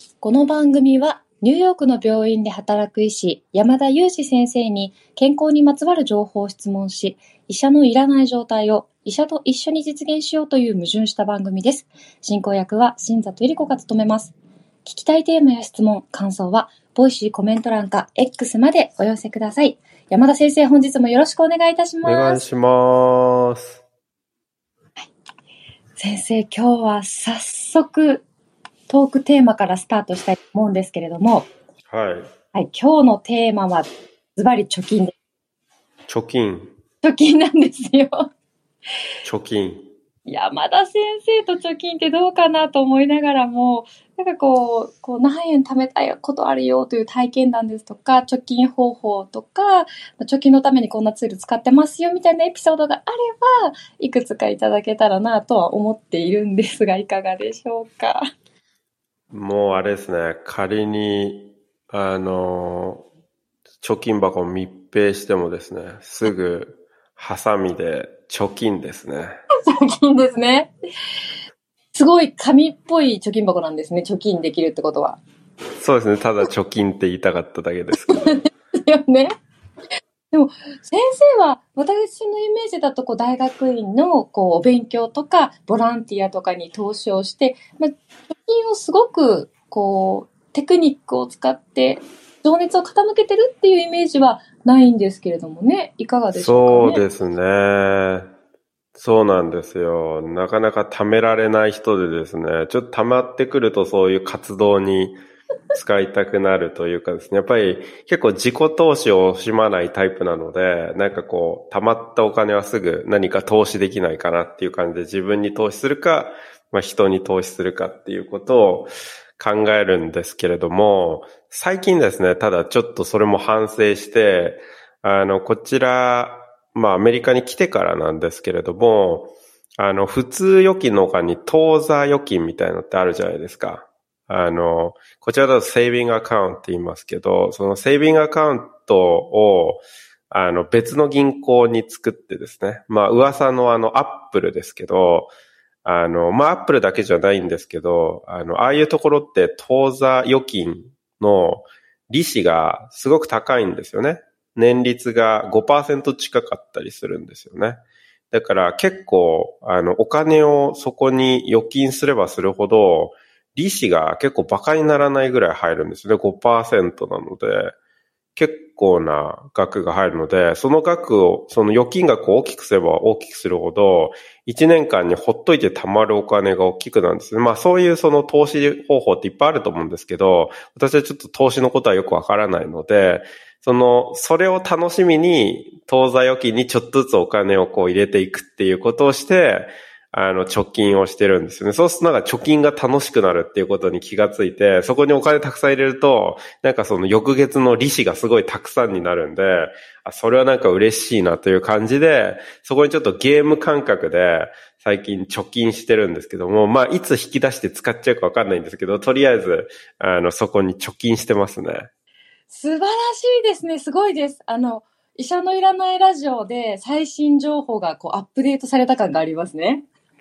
この番組はニューヨークの病院で働く医師山田裕二先生に健康にまつわる情報を質問し、医者のいらない状態を医者と一緒に実現しようという矛盾した番組です。進行役は新里百合子が務めます。聞きたいテーマや質問、感想はボイシーコメント欄か X までお寄せください。山田先生、本日もよろしくお願いいたします。 お願いします。 先生、今日は早速トークテーマからスタートしたいと思うんですけれども、 はい。 はい、今日のテーマはズバリ貯金です。 貯金なんですよ。 貯金。 山田先生と貯金ってどうかなと思いながらも、なんかこう何円貯めたいことあるよという体験談ですとか、貯金方法とか、貯金のためにこんなツール使ってますよみたいなエピソードがあれば、いくつかいただけたらなとは思っているんですが、いかがでしょうか。 もうあれですね、仮に、貯金箱を密閉してもですね、すぐ、ハサミで貯金ですね。 貯金ですね。すごい紙っぽい貯金箱なんですね。貯金できるってことは。 そうですね。ただ貯金って言いたかっただけですけど。 ですよね。でも先生は私のイメージだと大学院のお勉強とかボランティアとかに投資をして、貯金をすごくテクニックを使って情熱を傾けてるっていうイメージはないんですけれどもね。いかがでしょうかね。 そうですね。そうなんですよ。なかなか貯められない人でですね、ちょっと溜まってくるとそういう活動に使いたくなるというかですね、やっぱり結構自己投資を惜しまないタイプなので、なんか溜まったお金はすぐ何か投資できないかなっていう感じで自分に投資するか、人に投資するかっていうことを考えるんですけれども、最近ですね、ただちょっとそれも反省して、こちら、アメリカに来てからなんですけれども、普通預金の他に当座預金みたいなのってあるじゃないですか。こちらだとセービングアカウントって言いますけど、そのセービングアカウントを、別の銀行に作ってですね。噂のアップルですけど、アップルだけじゃないんですけど、ああいうところって当座預金の利子がすごく高いんですよね。年率が 5% 近かったりするんですよね。だから結構、お金をそこに預金すればするほど、利子が結構バカにならないぐらい入るんですよね。5% なので、結構な額が入るので、その預金額を大きくすれば大きくするほど、1年間にほっといて貯まるお金が大きくなるんですね。そういうその投資方法っていっぱいあると思うんですけど、私はちょっと投資のことはよくわからないので、それを楽しみに、当座預金にちょっとずつお金を入れていくっていうことをして、貯金をしてるんですよね。そうすると貯金が楽しくなるっていうことに気がついて、そこにお金たくさん入れると、翌月の利子がすごいたくさんになるんで、それは嬉しいなという感じで、そこにちょっとゲーム感覚で最近貯金してるんですけども、いつ引き出して使っちゃうかわかんないんですけど、とりあえず、そこに貯金してますね。 素晴らしいですね。すごいです。医者のいらないラジオで最新情報がアップデートされた感がありますね。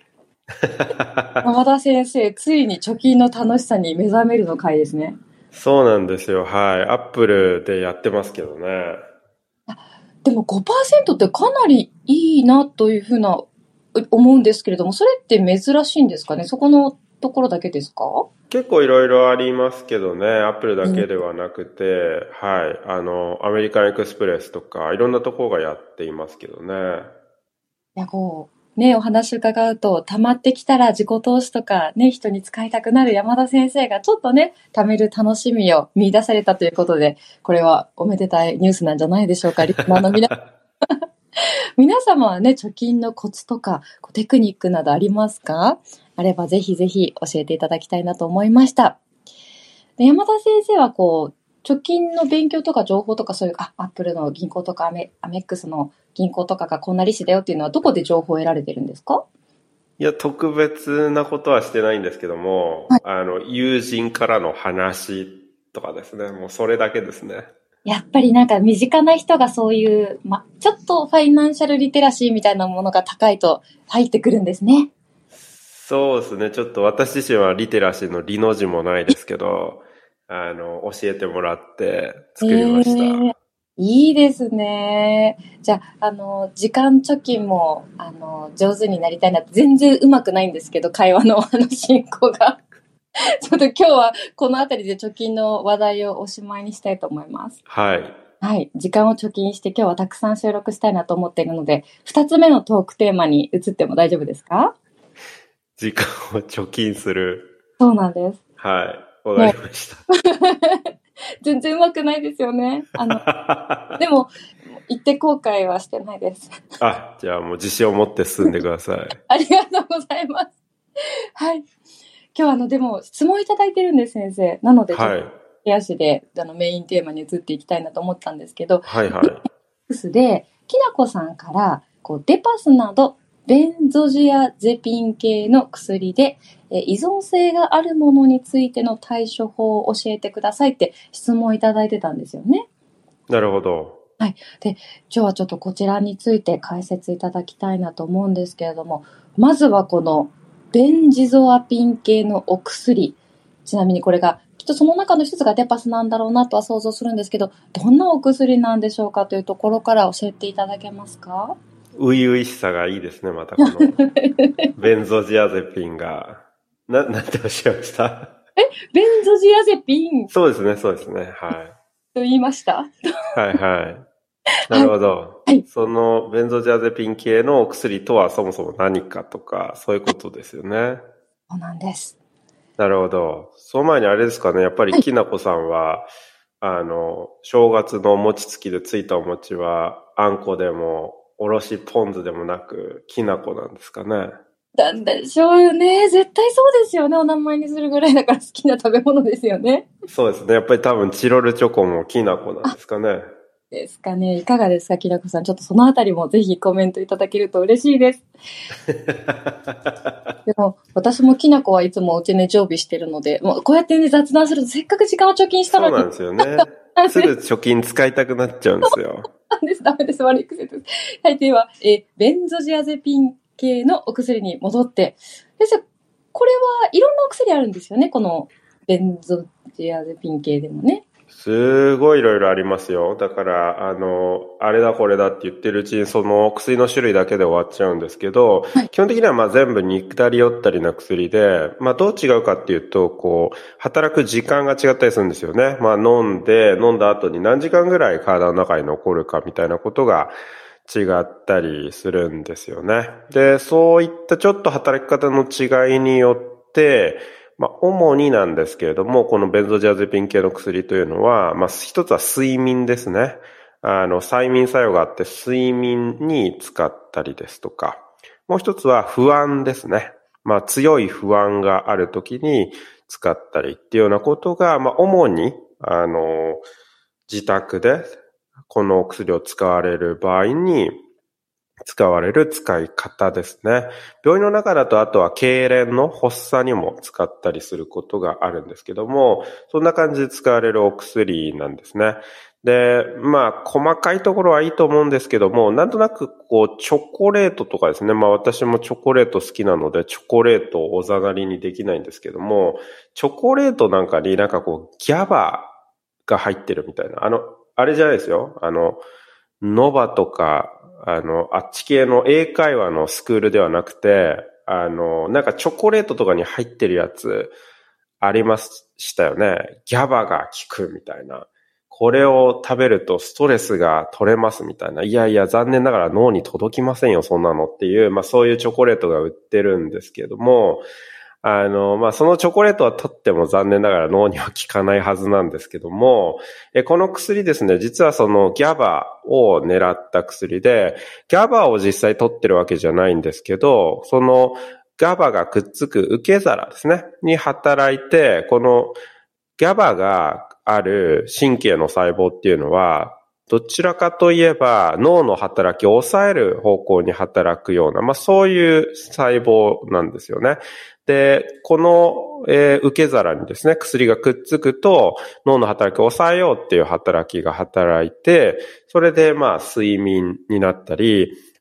山田先生、ついに貯金の楽しさに目覚めるの回ですね。 そうなんですよ。はい。アップルでやってますけどね。 でも 5% ってかなりいいなというふうな思うんですけれども、それって珍しいんですかね。そこのところだけですか？ 結構いろいろありますけどね。アップルだけではなくて、はい。アメリカンエクスプレスとか、いろんなところがやっていますけどね。 いや、お話伺うと、溜まってきたら自己投資とかね、人に使いたくなる山田先生がちょっとね、貯める楽しみを見出されたということで、これはおめでたいニュースなんじゃないでしょうか。リスナーの皆様はね、貯金のコツとかテクニックなどありますか？あればぜひぜひ教えていただきたいなと思いました。で、山田先生は貯金の勉強とか情報とかそういう、アップルの銀行とかアメックスの銀行とかがこんな利子だよっていうのはどこで情報を得られてるんですか？ いや、特別なことはしてないんですけども、 はい、 友人からの話とかですね。もうそれだけですね。 やっぱり身近な人がそういう、ちょっとファイナンシャルリテラシーみたいなものが高いと入ってくるんですね。 そうですね。ちょっと私自身はリテラシーのリの字もないですけど、教えてもらって作りました。 いいですね。じゃあ、時間貯金も、上手になりたいなって、全然うまくないんですけど、会話の進行が。ちょっと今日はこのあたりで貯金の話題をおしまいにしたいと思います。 はい。 はい。時間を貯金して今日はたくさん収録したいなと思っているので、2つ目のトークテーマに移っても大丈夫ですか？ 時間を貯金する。 そうなんです。 はい。わかりました。 全然うまくないですよね。でも、言って後悔はしてないです。 じゃあもう自信を持って進んでください。 ありがとうございます。はい。今日でも質問いただいてるんです、先生。なので、 はい。 手足でメインテーマに移っていきたいなと思ったんですけど、 はいはい。 で、きなこさんから、デパスなど、ベンゾジアゼピン系の薬で、依存性があるものについての対処法を教えてくださいって質問いただいてたんですよね。 なるほど。 はい。で、今日はちょっとこちらについて解説いただきたいなと思うんですけれども、まずはこのベンジゾアピン系のお薬。ちなみにこれが、きっとその中の一つがデパスなんだろうなとは想像するんですけど、どんなお薬なんでしょうかというところから教えていただけますか？ 初々しさがいいですね、またこの。ベンゾジアゼピンが。なんておっしゃいました？ ベンゾジアゼピンそうですね、そうですね。はい。 と言いました。 はいはい。なるほど。 はい。 そのベンゾジアゼピン系のお薬とはそもそも何かとか、そういうことですよね。 そうなんです。 なるほど。その前にあれですかね、やっぱりきなこさんは、正月のお餅つきでついたお餅は、あんこでも、おろしポン酢でもなく、きなこなんですかね。 なんでしょうよね。絶対そうですよね。お名前にするぐらいだから好きな食べ物ですよね。 そうですね。やっぱり多分チロルチョコもきなこなんですかね。 ですかね。いかがですか、きなこさん。ちょっとそのあたりもぜひコメントいただけると嬉しいです。でも、私もきなこはいつもうちね常備してるので、もうこうやってね雑談するとせっかく時間を貯金したのに。 そうなんですよね。すぐ貯金使いたくなっちゃうんですよ。 ダメです。悪い癖です。はい、では、ベンゾジアゼピン系のお薬に戻って。先生、これはいろんなお薬あるんですよね。このベンゾジアゼピン系でもね。 すごいいろいろありますよ。だから、あれだこれだって言ってるうちにその薬の種類だけで終わっちゃうんですけど、はい、基本的にはまあ全部似たり寄ったりな薬で、まあどう違うかっていうと、働く時間が違ったりするんですよね。まあ飲んだ後に何時間ぐらい体の中に残るかみたいなことが違ったりするんですよね。で、そういったちょっと働き方の違いによって、まあ、主になんですけれども、このベンゾジアゼピン系の薬というのは、まあ、一つは睡眠ですね。催眠作用があって睡眠に使ったりですとか、もう一つは不安ですね。まあ、強い不安があるときに使ったりっていうようなことが、まあ、主に、自宅でこのお薬を使われる場合に、使われる使い方ですね。病院の中だとあとは痙攣の発作にも使ったりすることがあるんですけども、そんな感じで使われるお薬なんですね。で、まあ細かいところはいいと思うんですけども、なんとなくチョコレートとかですね。まあ私もチョコレート好きなのでチョコレートをおざなりにできないんですけども、チョコレートなんかにギャバが入ってるみたいな。あれじゃないですよ。ノバとか、あっち系の英会話のスクールではなくて、なんかチョコレートとかに入ってるやつありましたよね。ギャバが効くみたいな。これを食べるとストレスが取れますみたいな。いやいや、残念ながら脳に届きませんよ、そんなのっていう、まあそういうチョコレートが売ってるんですけども、まあ、そのチョコレートは取っても残念ながら脳には効かないはずなんですけども、この薬ですね、実はそのギャバを狙った薬で、ギャバを実際取ってるわけじゃないんですけど、そのギャバがくっつく受け皿ですね、に働いて、このギャバがある神経の細胞っていうのは、どちらかといえば脳の働きを抑える方向に働くような、まあそういう細胞なんですよね。で、この、受け皿にですね、薬がくっつくと脳の働きを抑えようっていう働きが働いて、それでまあ睡眠になったり、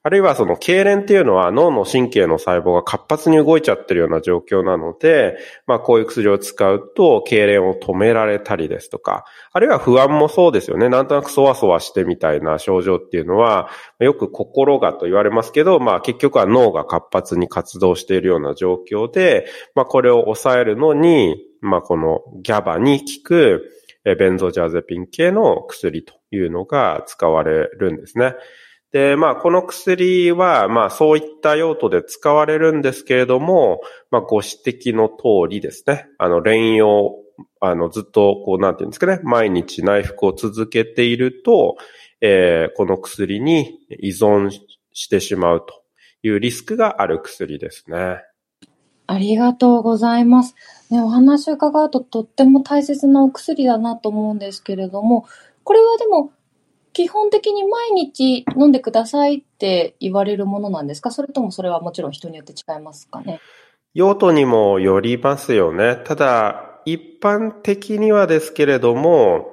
あるいはその痙攣っていうのは脳の神経の細胞が活発に動いちゃってるような状況なので、こういう薬を使うと痙攣を止められたりですとか、あるいは不安もそうですよね。なんとなくそわそわしてみたいな症状っていうのは、よく心がと言われますけど、結局は脳が活発に活動しているような状況で、これを抑えるのに、この GABA に効くベンゾジャゼピン系の薬というのが使われるんですね。で、この薬は、そういった用途で使われるんですけれども、ご指摘の通りですね、連用、ずっと、なんていうんですかね、毎日内服を続けていると、この薬に依存してしまうというリスクがある薬ですね。 ありがとうございます。ね、お話を伺うととっても大切なお薬だなと思うんですけれども、これはでも、基本的に毎日飲んでくださいって言われるものなんですか？それともそれはもちろん人によって違いますかね？ 用途にもよりますよね。ただ、一般的にはですけれども、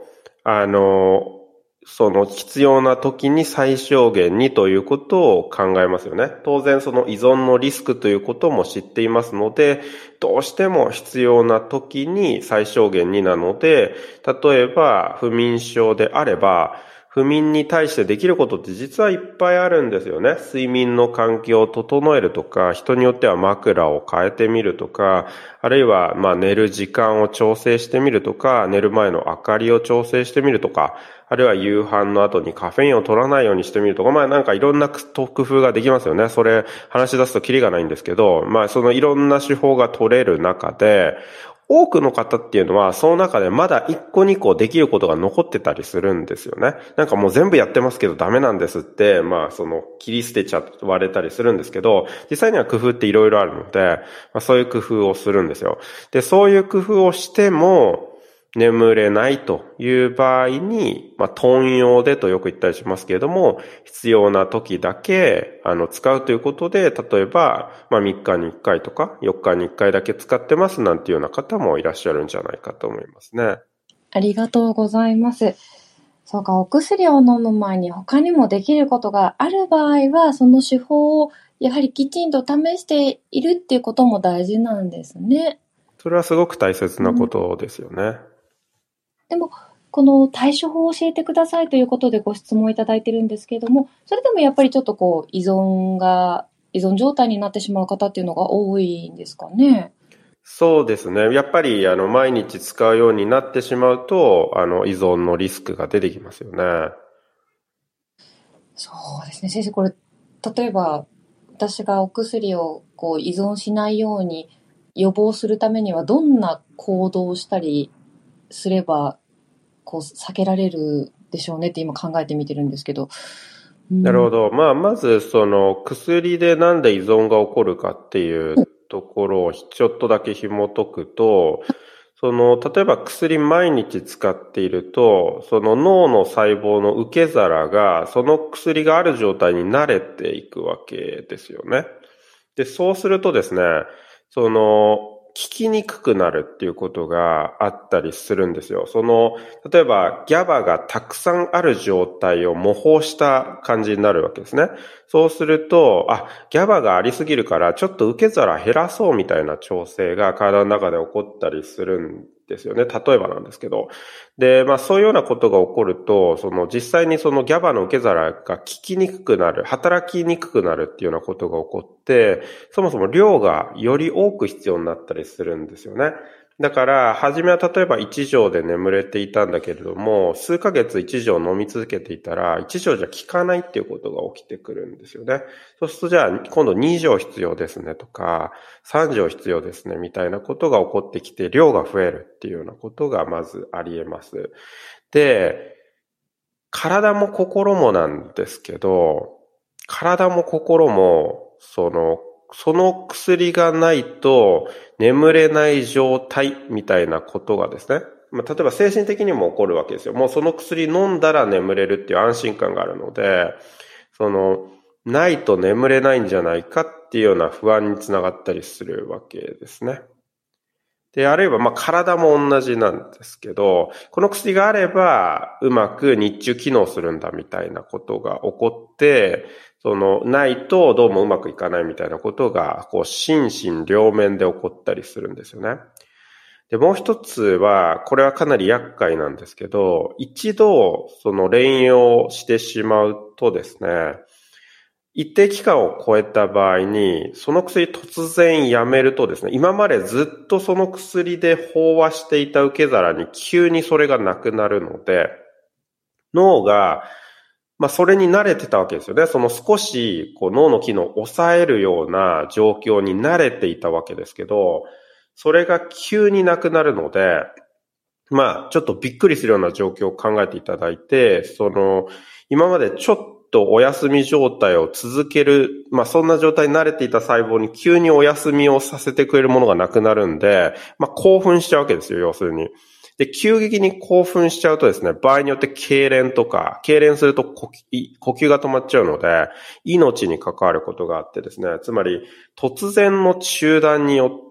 その必要な時に最小限にということを考えますよね。当然その依存のリスクということも知っていますので、どうしても必要な時に最小限になので、例えば不眠症であれば、不眠に対してできることって実はいっぱいあるんですよね。睡眠の環境を整えるとか、人によっては枕を変えてみるとか、あるいは寝る時間を調整してみるとか、寝る前の明かりを調整してみるとか、あるいは夕飯の後にカフェインを取らないようにしてみるとか、なんかいろんな工夫ができますよね。それ話し出すとキリがないんですけど、そのいろんな手法が取れる中で、多くの方っていうのは、その中でまだ1個2個できることが残ってたりするんですよね。なんかもう全部やってますけどダメなんですって、切り捨てちゃわれたりするんですけど、実際には工夫っていろいろあるので、そういう工夫をするんですよ。で、そういう工夫をしても、眠れないという場合に、頓用でとよく言ったりしますけれども、必要な時だけ、使うということで、例えば、3日に1回とか、4日に1回だけ使ってますなんていうような方もいらっしゃるんじゃないかと思いますね。 ありがとうございます。そうか、お薬を飲む前に他にもできることがある場合は、その手法をやはりきちんと試しているっていうことも大事なんですね。 それはすごく大切なことですよね。 でも、この対処法を教えてくださいということでご質問いただいてるんですけれども、それでもやっぱりちょっと依存状態になってしまう方っていうのが多いんですかね。 そうですね。やっぱり、毎日使うようになってしまうと、依存のリスクが出てきますよね。 そうですね。先生、これ、例えば、私がお薬を依存しないように予防するためには、どんな行動をしたりすれば、避けられるでしょうねって今考えてみてるんですけど。 なるほど。まず、薬でなんで依存が起こるかっていうところをちょっとだけ紐解くと、例えば薬毎日使っていると、その脳の細胞の受け皿が、その薬がある状態に慣れていくわけですよね。で、そうするとですね、効きにくくなるっていうことがあったりするんですよ。例えば GABA がたくさんある状態を模倣した感じになるわけですね。そうすると、GABA がありすぎるからちょっと受け皿減らそうみたいな調整が体の中で起こったりするんですよね。例えばなんですけど。で、そういうようなことが起こると、実際にその GABA の受け皿が効きにくくなる、働きにくくなるっていうようなことが起こって、そもそも量がより多く必要になったりするんですよね。だから、初めは例えば1錠で眠れていたんだけれども、数ヶ月1錠飲み続けていたら、1錠じゃ効かないっていうことが起きてくるんですよね。そうするとじゃあ、今度2錠必要ですねとか、3錠必要ですねみたいなことが起こってきて、量が増えるっていうようなことがまずあり得ます。で、体も心もなんですけど、体も心も、その薬がないと眠れない状態みたいなことがですね、例えば精神的にも起こるわけですよ。もうその薬飲んだら眠れるっていう安心感があるので、ないと眠れないんじゃないかっていうような不安につながったりするわけですね。で、あるいは体も同じなんですけど、この薬があればうまく日中機能するんだみたいなことが起こって、 ないとどうもうまくいかないみたいなことが、心身両面で起こったりするんですよね。で、もう一つは、これはかなり厄介なんですけど、一度、乱用してしまうとですね、一定期間を超えた場合に、その薬突然やめるとですね、今までずっとその薬で飽和していた受け皿に急にそれがなくなるので、脳が、それに慣れてたわけですよね。少し、脳の機能を抑えるような状況に慣れていたわけですけど、それが急になくなるので、ちょっとびっくりするような状況を考えていただいて、今までちょっとお休み状態を続ける、そんな状態に慣れていた細胞に急にお休みをさせてくれるものがなくなるんで、興奮しちゃうわけですよ、要するに。で、急激に興奮しちゃうとですね、場合によって痙攣とか、痙攣すると呼吸が止まっちゃうので、命に関わることがあってですね、つまり突然の中断によって、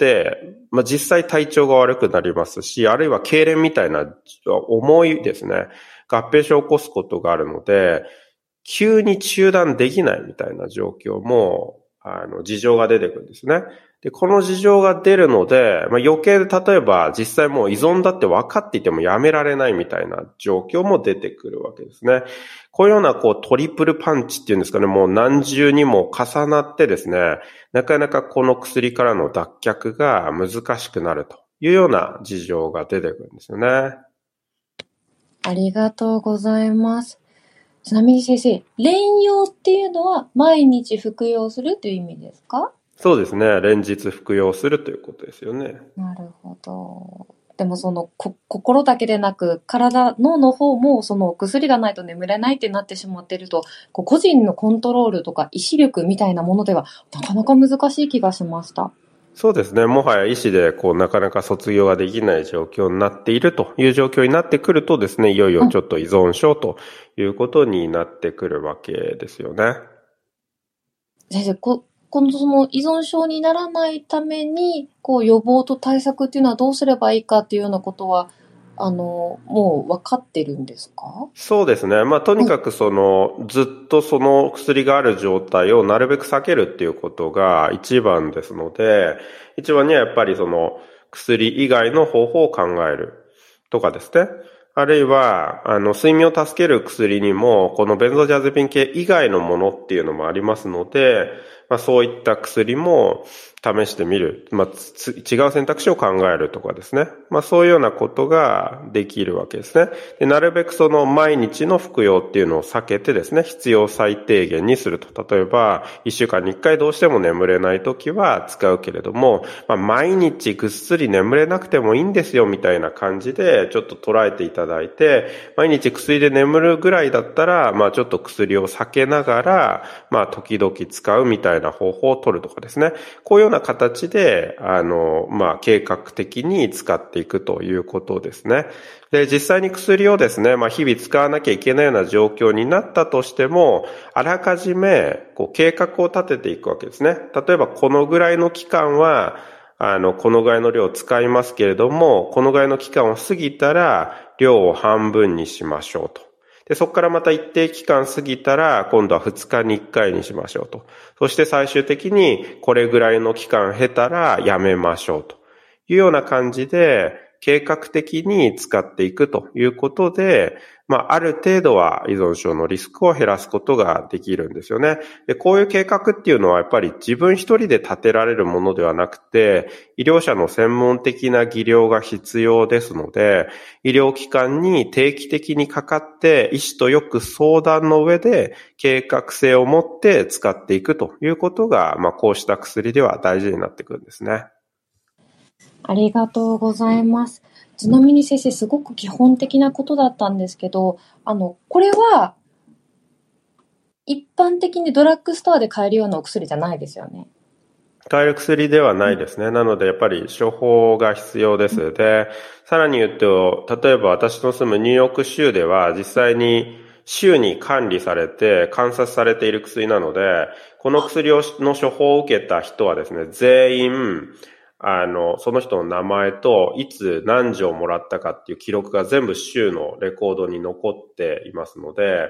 実際体調が悪くなりますし、あるいは痙攣みたいな重いですね、合併症を起こすことがあるので、急に中断できないみたいな状況も、事情が出てくるんですね。で、この事情が出るので、余計で例えば実際もう依存だって分かっていてもやめられないみたいな状況も出てくるわけですね。こういうようなトリプルパンチっていうんですかね、もう何重にも重なってですね、なかなかこの薬からの脱却が難しくなるというような事情が出てくるんですよね。 ありがとうございます。ちなみに先生、連用っていうのは毎日服用するという意味ですか？ そうですね。連日服用するということですよね。 なるほど。でも心だけでなく脳の方も薬がないと眠れないってなってしまっていると、個人のコントロールとか意志力みたいなものではなかなか難しい気がしました。 そうですね。もはや医師でなかなか卒業ができない状況になっているという状況になってくるとですね、いよいよちょっと依存症ということになってくるわけですよね。 先生、依存症にならないために、予防と対策っていうのはどうすればいいかっていうようなことは、もう分かってるんですか？ そうですね。とにかくずっとその薬がある状態をなるべく避けるっていうことが一番ですので、一番にはやっぱり薬以外の方法を考えるとかですね。あるいは、睡眠を助ける薬にも、このベンゾジャゼピン系以外のものっていうのもありますので、そういった薬も試してみる。違う選択肢を考えるとかですね。そういうようなことができるわけですね。で、なるべく毎日の服用っていうのを避けてですね、必要最低限にすると。例えば、1週間に1回どうしても眠れないときは使うけれども、毎日ぐっすり眠れなくてもいいんですよみたいな感じでちょっと捉えていただいて、毎日薬で眠るぐらいだったら、ちょっと薬を避けながら、時々使うみたいな方法を取るとかですね。こういうような形で、計画的に使っていくということですね。で、実際に薬をですね、日々使わなきゃいけないような状況になったとしても、あらかじめ、計画を立てていくわけですね。例えば、このぐらいの期間は、このぐらいの量を使いますけれども、このぐらいの期間を過ぎたら、量を半分にしましょうと。で、そこからまた一定期間過ぎたら、今度は2日に1回にしましょうと。そして最終的に、これぐらいの期間経たらやめましょうというような感じで、計画的に使っていくということで、ある程度は依存症のリスクを減らすことができるんですよね。で、こういう計画っていうのはやっぱり自分一人で立てられるものではなくて、医療者の専門的な技量が必要ですので、医療機関に定期的にかかって医師とよく相談の上で計画性を持って使っていくということが、こうした薬では大事になってくるんですね。 ありがとうございます。ちなみに先生、すごく基本的なことだったんですけど、これは、一般的にドラッグストアで買えるようなお薬じゃないですよね。 買える薬ではないですね。なので、やっぱり処方が必要です。で、さらに言うと、例えば私の住むニューヨーク州では、実際に州に管理されて観察されている薬なので、この薬の処方を受けた人はですね、全員、その人の名前といつ何錠もらったかっていう記録が全部州のレコードに残っていますので、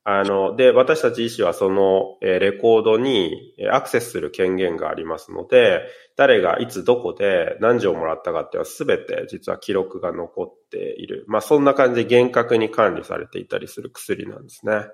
で、私たち医師はそのレコードにアクセスする権限がありますので、誰がいつどこで何錠もらったかっていうのは全て実は記録が残っている。まあそんな感じで厳格に管理されていたりする薬なんですね。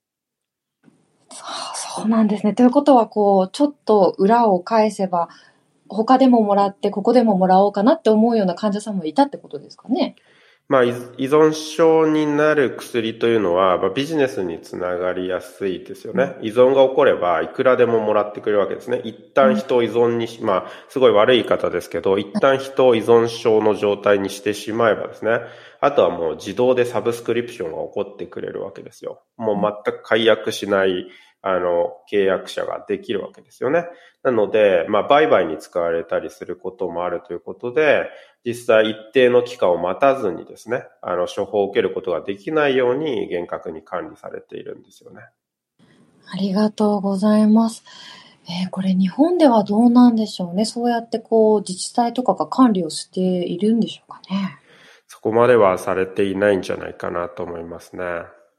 そうなんですね。ということは、ちょっと裏を返せば、他でももらって、ここでももらおうかなって思うような患者さんもいたってことですかね。 まあ、依存症になる薬というのは、まあ、ビジネスにつながりやすいですよね。依存が起これば、いくらでももらってくれるわけですね。一旦人を依存にまあ、すごい悪い言い方ですけど、一旦人を依存症の状態にしてしまえばですね、あとはもう自動でサブスクリプションが起こってくれるわけですよ。もう全く解約しない、契約者ができるわけですよね。なので、まあ、売買に使われたりすることもあるということで、実際一定の期間を待たずにですね、処方を受けることができないように厳格に管理されているんですよね。 ありがとうございます。これ日本ではどうなんでしょうね。そうやって自治体とかが管理をしているんでしょうかね。 そこまではされていないんじゃないかなと思いますね。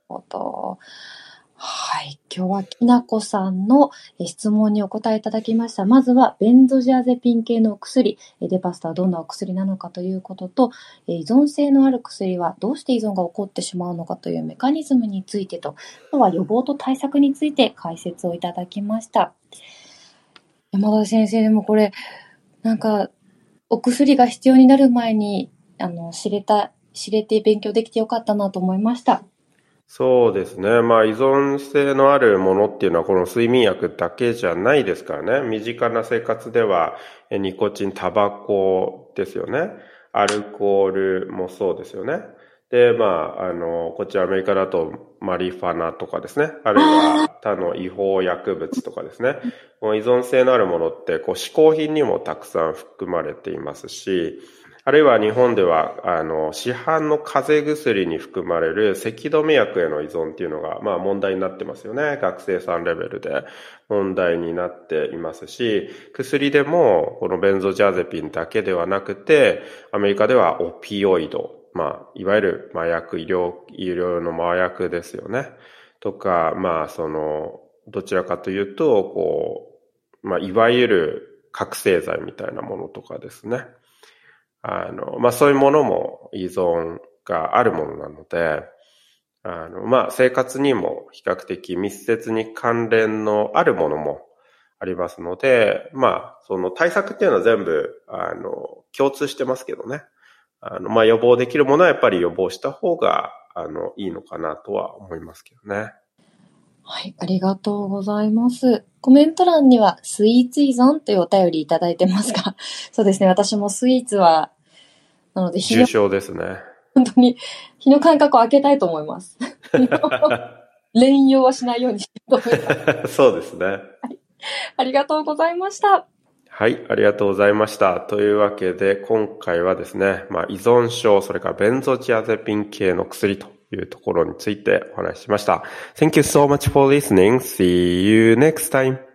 はい。今日はきなこさんの質問にお答えいただきました。まずは、ベンゾジアゼピン系のお薬、デパスタはどんなお薬なのかということと、依存性のある薬はどうして依存が起こってしまうのかというメカニズムについてと、あとは予防と対策について解説をいただきました。山田先生、でもこれ、お薬が必要になる前に、知れて勉強できてよかったなと思いました。 そうですね。まあ依存性のあるものっていうのはこの睡眠薬だけじゃないですからね。身近な生活ではニコチン、タバコですよね。アルコールもそうですよね。で、まあ、こっちアメリカだとマリファナとかですね。あるいは他の違法薬物とかですね。この依存性のあるものって嗜好品にもたくさん含まれていますし、あるいは日本では、市販の風邪薬に含まれる咳止め薬への依存っていうのが、まあ問題になってますよね。学生さんレベルで問題になっていますし、薬でも、このベンゾジャゼピンだけではなくて、アメリカではオピオイド、まあ、いわゆる麻薬、医療の麻薬ですよね。とか、まあ、どちらかというと、まあ、いわゆる覚醒剤みたいなものとかですね。まあそういうものも依存があるものなので、まあ生活にも比較的密接に関連のあるものもありますので、まあその対策っていうのは全部、共通してますけどね。まあ予防できるものはやっぱり予防した方が、いいのかなとは思いますけどね。 はい、ありがとうございます。コメント欄にはスイーツ依存というお便りいただいてますが、そうですね、私もスイーツは、なので重症ですね。 本当に日の間隔を空けたいと思います。連用はしないようにしようと思います。 そうですね。はい。 ありがとうございました。 はい、ありがとうございました。というわけで、今回はですね、まあ依存症、それからベンゾジアゼピン系の薬というところについてお話ししました。Thank you so much for listening. See you next time.